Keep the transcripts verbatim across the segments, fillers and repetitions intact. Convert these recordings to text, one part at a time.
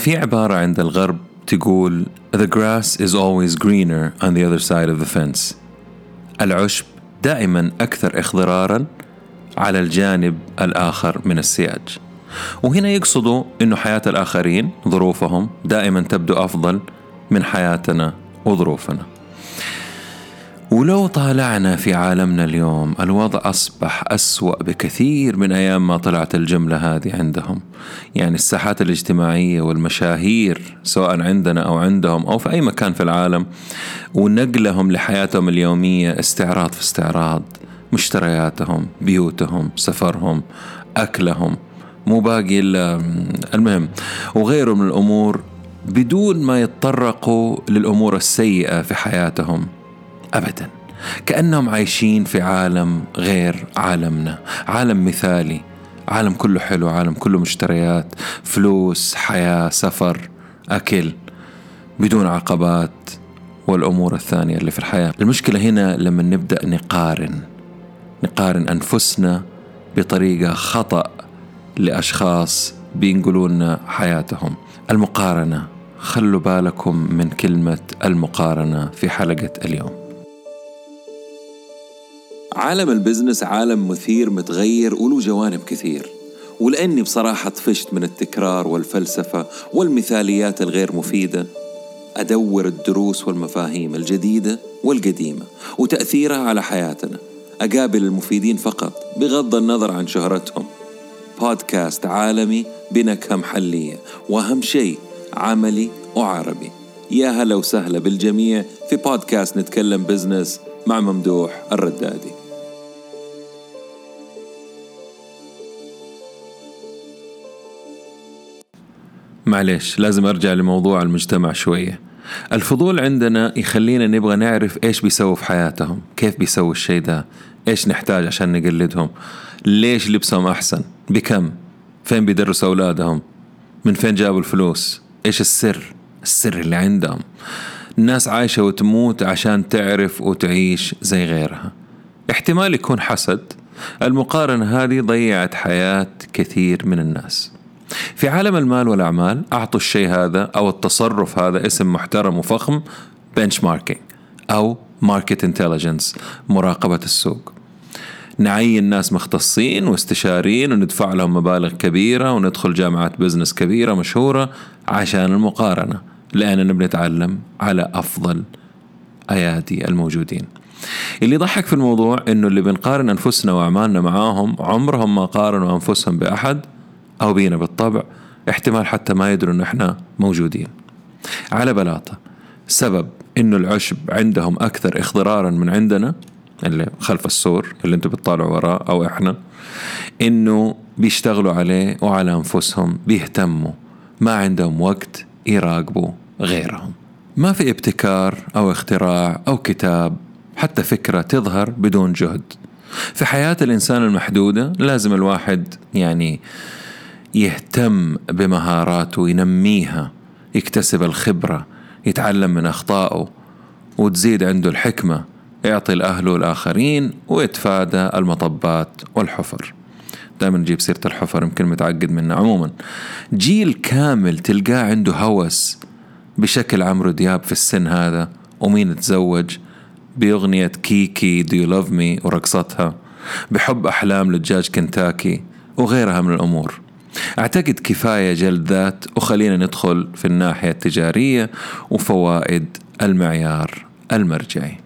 في عبارة عند الغرب تقول The grass is always greener on the other side of the fence. العشب دائما أكثر إخضرارا على الجانب الآخر من السياج. وهنا يقصدوا إنه حياة الآخرين ظروفهم دائما تبدو أفضل من حياتنا وظروفنا. ولو طالعنا في عالمنا اليوم الوضع أصبح أسوأ بكثير من أيام ما طلعت الجملة هذه عندهم. يعني الساحات الاجتماعية والمشاهير سواء عندنا أو عندهم أو في أي مكان في العالم، ونقلهم لحياتهم اليومية استعراض في استعراض، مشترياتهم، بيوتهم، سفرهم، أكلهم، مو باقي إلا المهم وغيره من الأمور، بدون ما يتطرقوا للأمور السيئة في حياتهم أبدا. كأنهم عايشين في عالم غير عالمنا، عالم مثالي، عالم كله حلو، عالم كله مشتريات، فلوس، حياة، سفر، أكل، بدون عقبات والأمور الثانية اللي في الحياة. المشكلة هنا لما نبدأ نقارن نقارن أنفسنا بطريقة خطأ لأشخاص بينقلون حياتهم. المقارنة، خلوا بالكم من كلمة المقارنة في حلقة اليوم. عالم البزنس عالم مثير متغير وله جوانب كثير، ولأني بصراحة طفشت من التكرار والفلسفة والمثاليات الغير مفيدة، أدور الدروس والمفاهيم الجديدة والقديمة وتأثيرها على حياتنا. أقابل المفيدين فقط بغض النظر عن شهرتهم. بودكاست عالمي بنكهة محلية، وأهم شيء عملي وعربي. يا هلا وسهلا بالجميع في بودكاست نتكلم بزنس مع ممدوح الردادي. معليش لازم أرجع لموضوع المجتمع شوية. الفضول عندنا يخلينا نبغى نعرف إيش بيسووا في حياتهم، كيف بيسووا الشيء ده، إيش نحتاج عشان نقلدهم، ليش لبسهم أحسن، بكم، فين بيدرسوا أولادهم، من فين جابوا الفلوس، إيش السر السر اللي عندهم. الناس عايشة وتموت عشان تعرف وتعيش زي غيرها. احتمال يكون حسد. المقارنة هذه ضيعت حياة كثير من الناس. في عالم المال والأعمال أعطوا الشيء هذا أو التصرف هذا اسم محترم وفخم، benchmarking أو market intelligence، مراقبة السوق. نعين ناس مختصين واستشارين وندفع لهم مبالغ كبيرة وندخل جامعات بزنس كبيرة مشهورة عشان المقارنة، لأننا بنتعلم على أفضل أيادي الموجودين. اللي ضحك في الموضوع إنه اللي بنقارن أنفسنا وأعمالنا معاهم عمرهم ما قارنوا أنفسهم بأحد أو بينا بالطبع، احتمال حتى ما يدروا إن إحنا موجودين. على بلاطة سبب إنه العشب عندهم أكثر إخضرارا من عندنا اللي خلف السور اللي انتوا بتطالعوا وراه أو إحنا، إنه بيشتغلوا عليه وعلى أنفسهم، بيهتموا، ما عندهم وقت يراقبوا غيرهم. ما في ابتكار أو اختراع أو كتاب، حتى فكرة تظهر بدون جهد. في حياة الإنسان المحدودة لازم الواحد يعني يهتم بمهاراته، ينميها، يكتسب الخبرة، يتعلم من أخطائه، وتزيد عنده الحكمة، يعطي الأهل والآخرين، ويتفادى المطبات والحفر. دائما نجيب سيرة الحفر يمكن متعقد منه. عموما جيل كامل تلقاه عنده هوس بشكل عمرو دياب في السن هذا، ومين تزوج بأغنية كيكي Do You Love Me ورقصتها، بحب أحلام للدجاج كنتاكي وغيرها من الأمور. أعتقد كفاية جلد ذات، وخلينا ندخل في الناحية التجارية وفوائد المعيار المرجعي.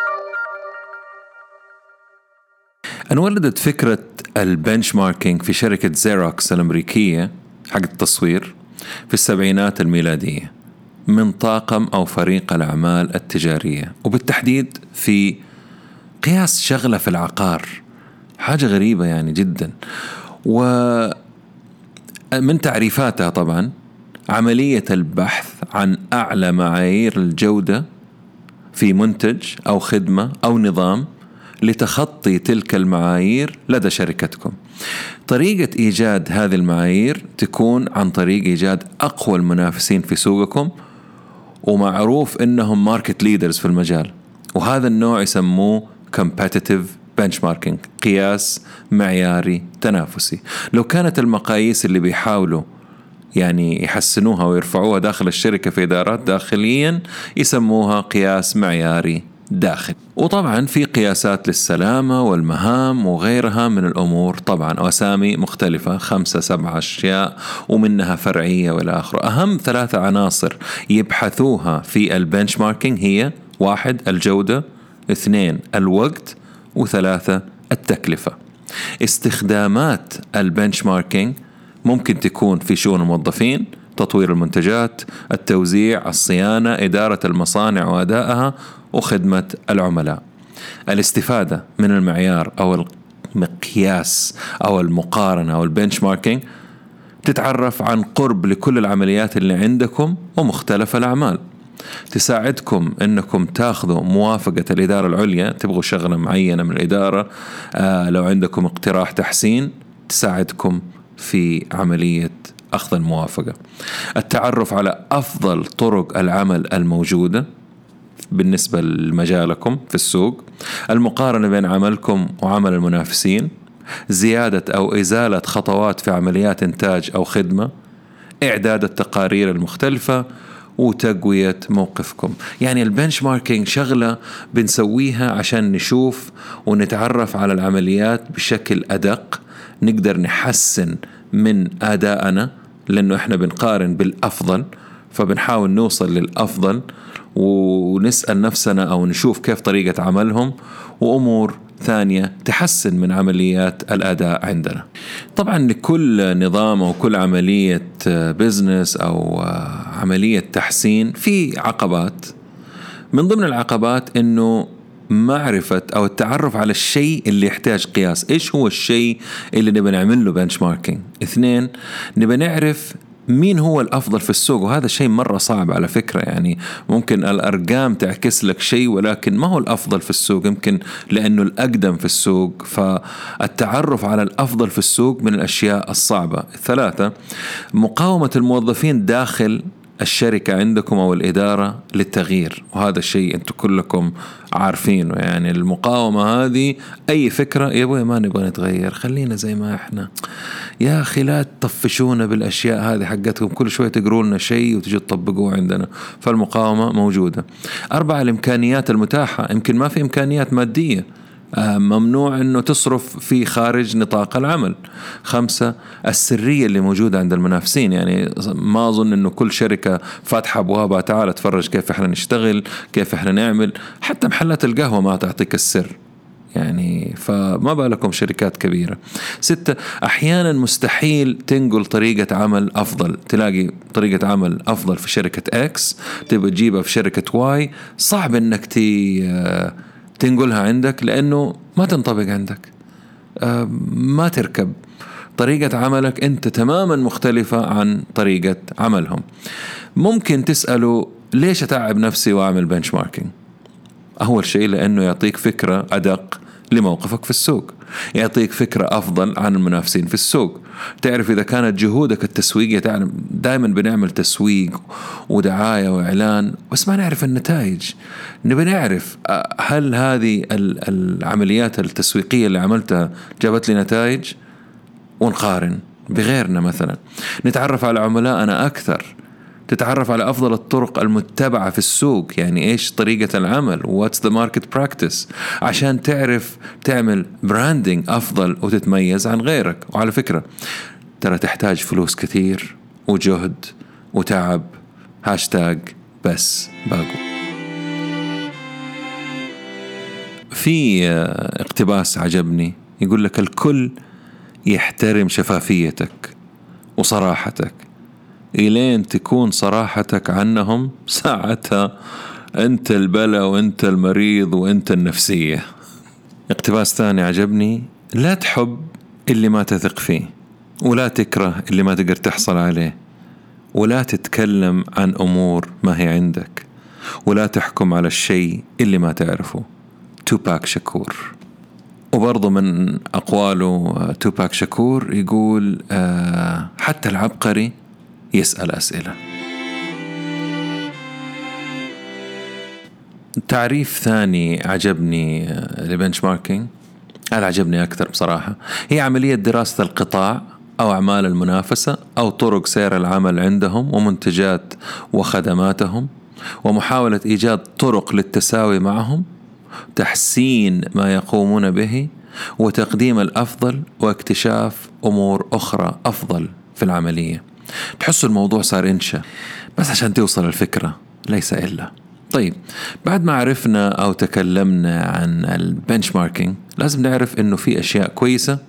انولدت فكرة البنشماركينج في شركة زيروكس الأمريكية حق التصوير في السبعينات الميلادية من طاقم أو فريق الأعمال التجارية، وبالتحديد في قياس شغلة في العقار. حاجة غريبة يعني جدا. ومن تعريفاتها طبعا عملية البحث عن أعلى معايير الجودة في منتج أو خدمة أو نظام لتخطي تلك المعايير لدى شركتكم. طريقة إيجاد هذه المعايير تكون عن طريق إيجاد أقوى المنافسين في سوقكم، ومعروف إنهم ماركت ليدرز في المجال، وهذا النوع يسموه competitive benchmarking، قياس معياري تنافسي. لو كانت المقاييس اللي بيحاولوا يعني يحسنوها ويرفعوها داخل الشركة في إدارات داخليا، يسموها قياس معياري داخل. وطبعا في قياسات للسلامة والمهام وغيرها من الأمور، طبعا وأسامي مختلفة، خمسة سبعة أشياء ومنها فرعية والى آخره. أهم ثلاثة عناصر يبحثوها في البنشماركينج هي: واحد الجودة، اثنين الوقت، وثلاثة التكلفة. استخدامات البنشماركينج ممكن تكون في شؤون الموظفين، تطوير المنتجات، التوزيع، الصيانة، إدارة المصانع وأدائها، وخدمة العملاء. الاستفادة من المعيار أو المقياس أو المقارنة أو البنشماركينج تتعرف عن قرب لكل العمليات اللي عندكم ومختلف الأعمال، تساعدكم أنكم تاخذوا موافقة الإدارة العليا، تبغوا شغلة معينة من الإدارة، آه لو عندكم اقتراح تحسين تساعدكم في عملية أخذ الموافقة. التعرف على أفضل طرق العمل الموجودة بالنسبة لمجالكم في السوق، المقارنة بين عملكم وعمل المنافسين، زيادة أو إزالة خطوات في عمليات إنتاج أو خدمة، إعداد التقارير المختلفة، وتقوية موقفكم. يعني البنشماركينج شغلة بنسويها عشان نشوف ونتعرف على العمليات بشكل أدق، نقدر نحسن من أدائنا لأنه إحنا بنقارن بالأفضل، فبنحاول نوصل للأفضل ونسأل نفسنا أو نشوف كيف طريقة عملهم وأمور ثانية تحسن من عمليات الأداء عندنا. طبعا لكل نظام أو كل عملية بزنس أو عملية تحسين في عقبات. من ضمن العقبات إنه معرفة أو التعرف على الشيء اللي يحتاج قياس. إيش هو الشيء اللي نبي نعمل له بنشماركينج؟ اثنين، نبي نعرف مين هو الأفضل في السوق، وهذا شيء مرة صعب على فكرة. يعني ممكن الأرقام تعكس لك شيء ولكن ما هو الأفضل في السوق، يمكن لأنه الأقدم في السوق. فالتعرف على الأفضل في السوق من الأشياء الصعبة. ثلاثة، مقاومة الموظفين داخل الشركة عندكم أو الإدارة للتغيير، وهذا الشيء أنتم كلكم عارفينه. يعني المقاومة هذه أي فكرة يا أبوي ما نبغى نتغير، خلينا زي ما إحنا، يا أخي لا تطفشونا بالأشياء هذه حقتكم، كل شوية تقروا لنا شيء وتجي تطبقوه عندنا. فالمقاومة موجودة. أربعة، الإمكانيات المتاحة. يمكن ما في إمكانيات مادية، ممنوع أنه تصرف في خارج نطاق العمل. خمسة، السرية اللي موجودة عند المنافسين. يعني ما أظن أنه كل شركة فاتحة أبوابها تعال تفرج كيف إحنا نشتغل، كيف إحنا نعمل. حتى محلات القهوة ما تعطيك السر، يعني فما بالكم شركات كبيرة. ستة، أحيانا مستحيل تنقل طريقة عمل أفضل. تلاقي طريقة عمل أفضل في شركة إكس تبقى تجيبها في شركة واي، صعب أنك تي تنقلها عندك لأنه ما تنطبق عندك، ما تركب. طريقة عملك أنت تماما مختلفة عن طريقة عملهم. ممكن تسألوا ليش أتعب نفسي وأعمل بنشماركينج؟ أول شيء لأنه يعطيك فكرة أدق لموقفك في السوق، يعطيك فكرة أفضل عن المنافسين في السوق، تعرف إذا كانت جهودك التسويقية. تعلم دائما بنعمل تسويق ودعاية وإعلان بس ما نعرف النتائج. نبي نعرف هل هذه العمليات التسويقية اللي عملتها جابت لي نتائج، ونقارن بغيرنا. مثلا نتعرف على عملائنا أكثر، تتعرف على أفضل الطرق المتبعة في السوق، يعني إيش طريقة العمل what's the market practice، عشان تعرف تعمل براندينج أفضل وتتميز عن غيرك. وعلى فكرة ترى تحتاج فلوس كثير وجهد وتعب. هاشتاج بس باقو. في اقتباس عجبني يقول لك الكل يحترم شفافيتك وصراحتك، إلين تكون صراحتك عنهم ساعتها أنت البلا وأنت المريض وأنت النفسية. اقتباس ثاني عجبني، لا تحب اللي ما تثق فيه، ولا تكره اللي ما تقدر تحصل عليه، ولا تتكلم عن أمور ما هي عندك، ولا تحكم على الشيء اللي ما تعرفه. توباك شاكور. وبرضه من أقواله توباك شاكور يقول آه حتى العبقري يسأل أسئلة. تعريف ثاني عجبني لبنشماركينج، هذا عجبني أكثر بصراحة، هي عملية دراسة القطاع أو أعمال المنافسة أو طرق سير العمل عندهم ومنتجات وخدماتهم، ومحاولة إيجاد طرق للتساوي معهم، تحسين ما يقومون به، وتقديم الأفضل، واكتشاف أمور أخرى أفضل في العملية. تحسوا الموضوع صار إنشاء بس عشان توصل الفكرة، ليس إلا. طيب، بعد ما عرفنا أو تكلمنا عن البنش ماركينج، لازم نعرف إنه في أشياء كويسة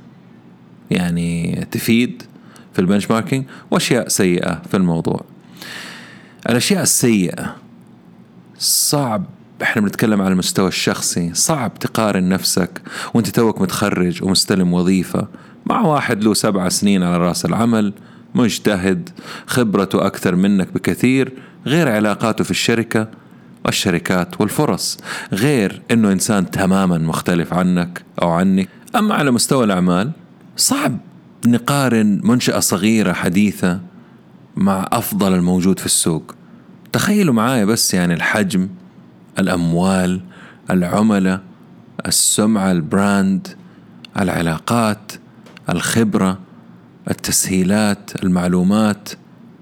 يعني تفيد في البنش ماركينج، وأشياء سيئة في الموضوع. الأشياء السيئة صعب، احنا بنتكلم على المستوى الشخصي، صعب تقارن نفسك وانت توك متخرج ومستلم وظيفة مع واحد له سبع سنين على رأس العمل، مجتهد، خبرته أكثر منك بكثير، غير علاقاته في الشركة والشركات والفرص، غير انه انسان تماما مختلف عنك او عنك. اما على مستوى الاعمال صعب نقارن منشأة صغيرة حديثة مع افضل الموجود في السوق. تخيلوا معايا بس يعني الحجم، الاموال، العملاء، السمعة، البراند، العلاقات، الخبرة، التسهيلات، المعلومات،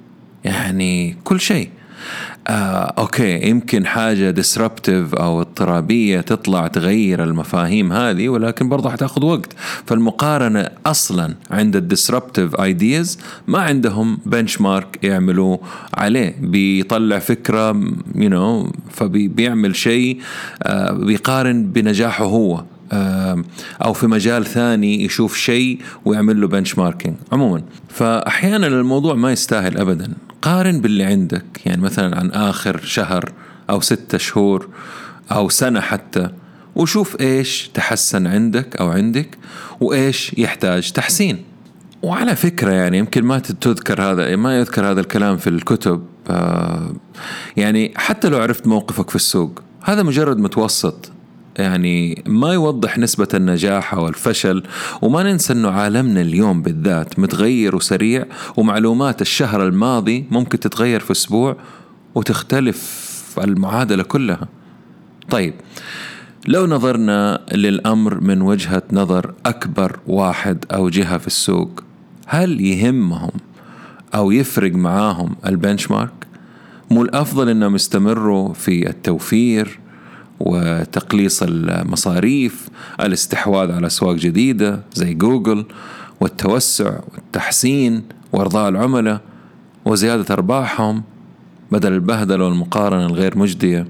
يعني كل شيء. آه، أوكي، يمكن حاجة disruptive أو اضطرابية تطلع تغير المفاهيم هذه، ولكن برضه حتاخد وقت. فالمقارنة أصلا عند ال disruptive ideas ما عندهم benchmark يعملوا عليه، بيطلع فكرة you know فبيعمل شيء آه بيقارن بنجاحه هو، آه أو في مجال ثاني يشوف شيء ويعمل له benchmarking عموما. فأحيانا الموضوع ما يستاهل أبدا. قارن باللي عندك، يعني مثلا عن آخر شهر أو ستة شهور أو سنة حتى، وشوف إيش تحسن عندك أو عندك وإيش يحتاج تحسين. وعلى فكرة يعني يمكن ما تذكر هذا ما يذكر هذا الكلام في الكتب، آه يعني حتى لو عرفت موقفك في السوق، هذا مجرد متوسط، يعني ما يوضح نسبة النجاح أو الفشل. وما ننسى أنه عالمنا اليوم بالذات متغير وسريع، ومعلومات الشهر الماضي ممكن تتغير في أسبوع وتختلف المعادلة كلها. طيب، لو نظرنا للأمر من وجهة نظر أكبر واحد أو جهة في السوق، هل يهمهم أو يفرق معاهم البنشمارك؟ مو الأفضل أنهم يستمروا في التوفير وتقليص المصاريف، الاستحواذ على أسواق جديدة زي جوجل، والتوسع والتحسين وارضاء العملاء وزيادة أرباحهم بدل البهدلة والمقارنة الغير مجدية؟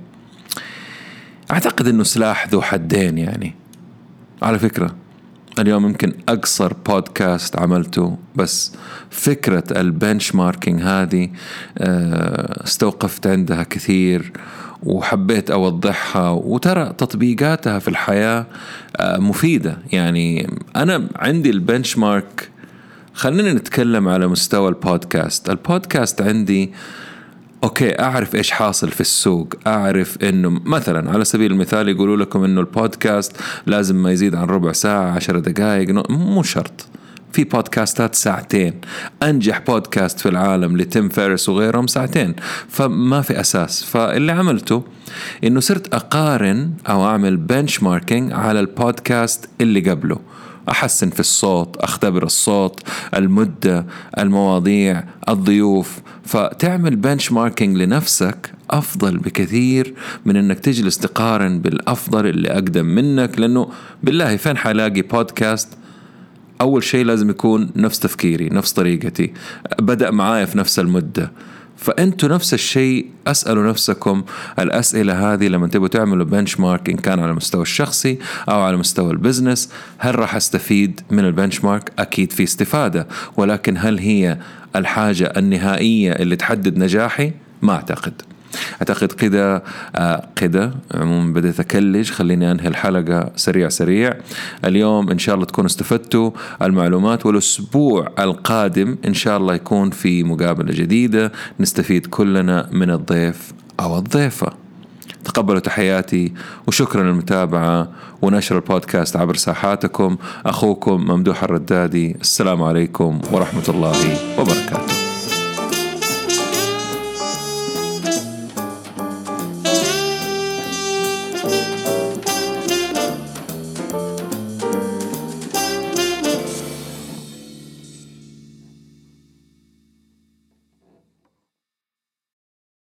أعتقد أنه سلاح ذو حدين. يعني على فكرة اليوم يمكن أقصر بودكاست عملته، بس فكرة البنش ماركينج هذه استوقفت عندها كثير وحبيت أوضحها، وترى تطبيقاتها في الحياة مفيدة. يعني أنا عندي البنش مارك، خلينا نتكلم على مستوى البودكاست. البودكاست عندي أوكي، أعرف إيش حاصل في السوق، أعرف إنه مثلا على سبيل المثال يقولوا لكم إنه البودكاست لازم ما يزيد عن ربع ساعة، عشر دقائق، مو شرط. في بودكاستات ساعتين، أنجح بودكاست في العالم لتيم فيرس وغيرهم ساعتين، فما في أساس. فاللي عملته إنه صرت أقارن أو أعمل بنش ماركينج على البودكاست اللي قبله، أحسن في الصوت، أختبر الصوت، المدة، المواضيع، الضيوف. فتعمل بنش ماركينج لنفسك أفضل بكثير من أنك تجلس تقارن بالأفضل اللي أقدم منك. لأنه بالله فين حلاقي بودكاست أول شيء لازم يكون نفس تفكيري، نفس طريقتي، بدأ معايا في نفس المدة. فأنتوا نفس الشيء، أسألوا نفسكم الأسئلة هذه لما تبوا تعملوا بنش مارك، إن كان على المستوى الشخصي أو على مستوى البزنس. هل راح استفيد من البنش مارك؟ أكيد في استفادة، ولكن هل هي الحاجة النهائية اللي تحدد نجاحي؟ ما أعتقد. أعتقد كده آه كده عموما بديت أكلج. خليني أنهي الحلقة سريع سريع. اليوم إن شاء الله تكونوا استفدتوا المعلومات، والأسبوع القادم إن شاء الله يكون في مقابلة جديدة نستفيد كلنا من الضيف أو الضيفة. تقبلوا تحياتي وشكرا للمتابعة ونشر البودكاست عبر ساحاتكم. أخوكم ممدوح الردادي. السلام عليكم ورحمة الله وبركاته.